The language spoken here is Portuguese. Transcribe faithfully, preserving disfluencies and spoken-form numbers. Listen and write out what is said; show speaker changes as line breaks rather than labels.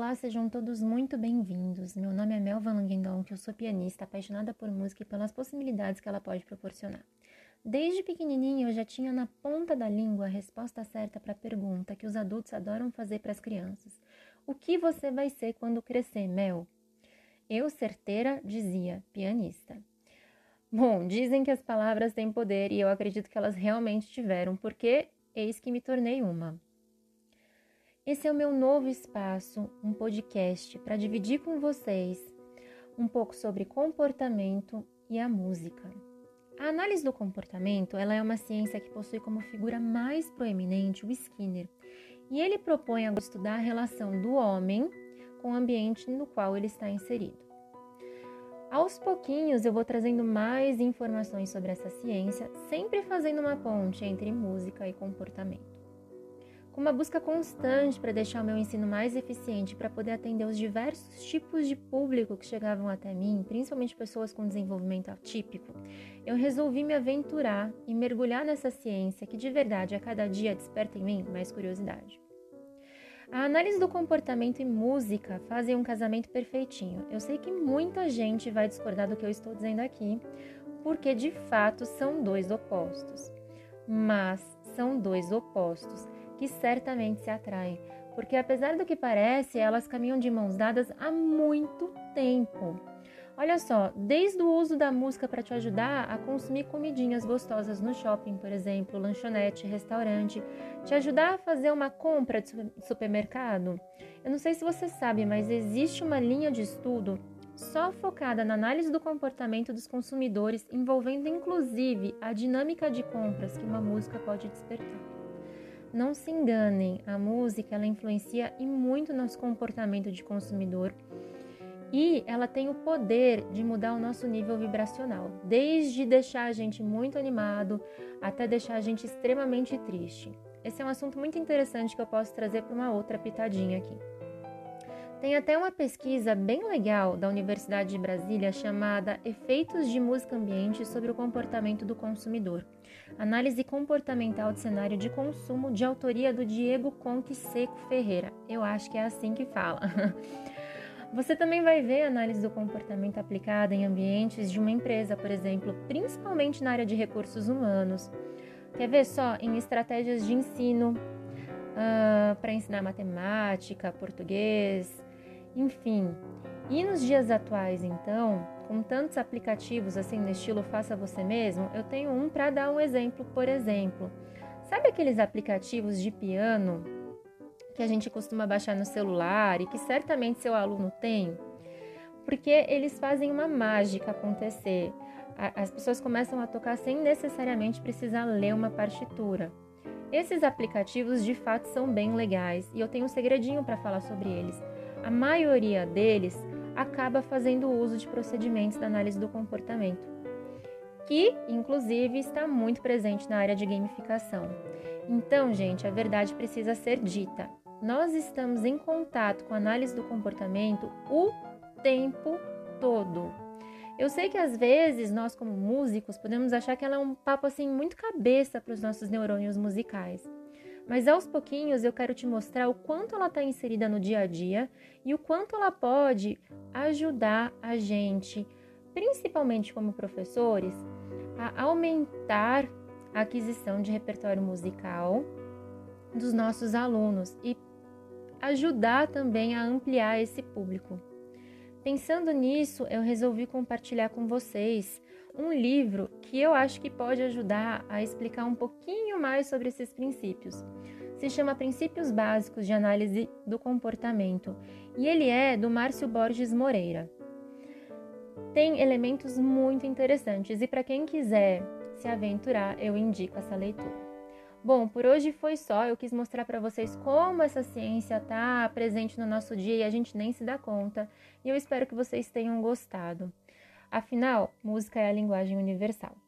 Olá, sejam todos muito bem-vindos. Meu nome é Melva Languendonck, eu sou pianista, apaixonada por música e pelas possibilidades que ela pode proporcionar. Desde pequenininha eu já tinha na ponta da língua a resposta certa para a pergunta que os adultos adoram fazer para as crianças. O que você vai ser quando crescer, Mel? Eu, certeira, dizia, pianista. Bom, dizem que as palavras têm poder e eu acredito que elas realmente tiveram, porque eis que me tornei uma. Esse é o meu novo espaço, um podcast para dividir com vocês um pouco sobre comportamento e a música. A análise do comportamento, ela é uma ciência que possui como figura mais proeminente o Skinner, e ele propõe a estudar a relação do homem com o ambiente no qual ele está inserido. Aos pouquinhos eu vou trazendo mais informações sobre essa ciência, sempre fazendo uma ponte entre música e comportamento. Com uma busca constante para deixar o meu ensino mais eficiente, para poder atender os diversos tipos de público que chegavam até mim, principalmente pessoas com desenvolvimento atípico, eu resolvi me aventurar e mergulhar nessa ciência que de verdade a cada dia desperta em mim mais curiosidade. A análise do comportamento e música fazem um casamento perfeitinho. Eu sei que muita gente vai discordar do que eu estou dizendo aqui, porque de fato são dois opostos. Mas são dois opostos que certamente se atraem, porque apesar do que parece, elas caminham de mãos dadas há muito tempo. Olha só, desde o uso da música para te ajudar a consumir comidinhas gostosas no shopping, por exemplo, lanchonete, restaurante, te ajudar a fazer uma compra de supermercado. Eu não sei se você sabe, mas existe uma linha de estudo só focada na análise do comportamento dos consumidores, envolvendo inclusive a dinâmica de compras que uma música pode despertar. Não se enganem, a música ela influencia e muito nosso comportamento de consumidor e ela tem o poder de mudar o nosso nível vibracional, desde deixar a gente muito animado até deixar a gente extremamente triste. Esse é um assunto muito interessante que eu posso trazer para uma outra pitadinha aqui. Tem até uma pesquisa bem legal da Universidade de Brasília chamada Efeitos de Música Ambiente sobre o Comportamento do Consumidor. Análise comportamental de cenário de consumo, de autoria do Diego Conque Seco Ferreira. Eu acho que é assim que fala. Você também vai ver a análise do comportamento aplicada em ambientes de uma empresa, por exemplo, principalmente na área de recursos humanos. Quer ver só? Em estratégias de ensino, uh, para ensinar matemática, português, enfim. E nos dias atuais, então, com tantos aplicativos assim no estilo faça você mesmo, eu tenho um para dar um exemplo, por exemplo. Sabe aqueles aplicativos de piano que a gente costuma baixar no celular e que certamente seu aluno tem? Porque eles fazem uma mágica acontecer. As pessoas começam a tocar sem necessariamente precisar ler uma partitura. Esses aplicativos de fato são bem legais e eu tenho um segredinho para falar sobre eles. A maioria deles acaba fazendo uso de procedimentos da análise do comportamento, que inclusive está muito presente na área de gamificação. Então, gente, a verdade precisa ser dita. Nós estamos em contato com a análise do comportamento o tempo todo. Eu sei que às vezes nós como músicos podemos achar que ela é um papo assim muito cabeça para os nossos neurônios musicais. Mas aos pouquinhos eu quero te mostrar o quanto ela está inserida no dia a dia e o quanto ela pode ajudar a gente, principalmente como professores, a aumentar a aquisição de repertório musical dos nossos alunos e ajudar também a ampliar esse público. Pensando nisso, eu resolvi compartilhar com vocês um livro que eu acho que pode ajudar a explicar um pouquinho mais sobre esses princípios. Se chama Princípios Básicos de Análise do Comportamento e ele é do Márcio Borges Moreira. Tem elementos muito interessantes e para quem quiser se aventurar, eu indico essa leitura. Bom, por hoje foi só. Eu quis mostrar para vocês como essa ciência está presente no nosso dia e a gente nem se dá conta. E eu espero que vocês tenham gostado. Afinal, música é a linguagem universal.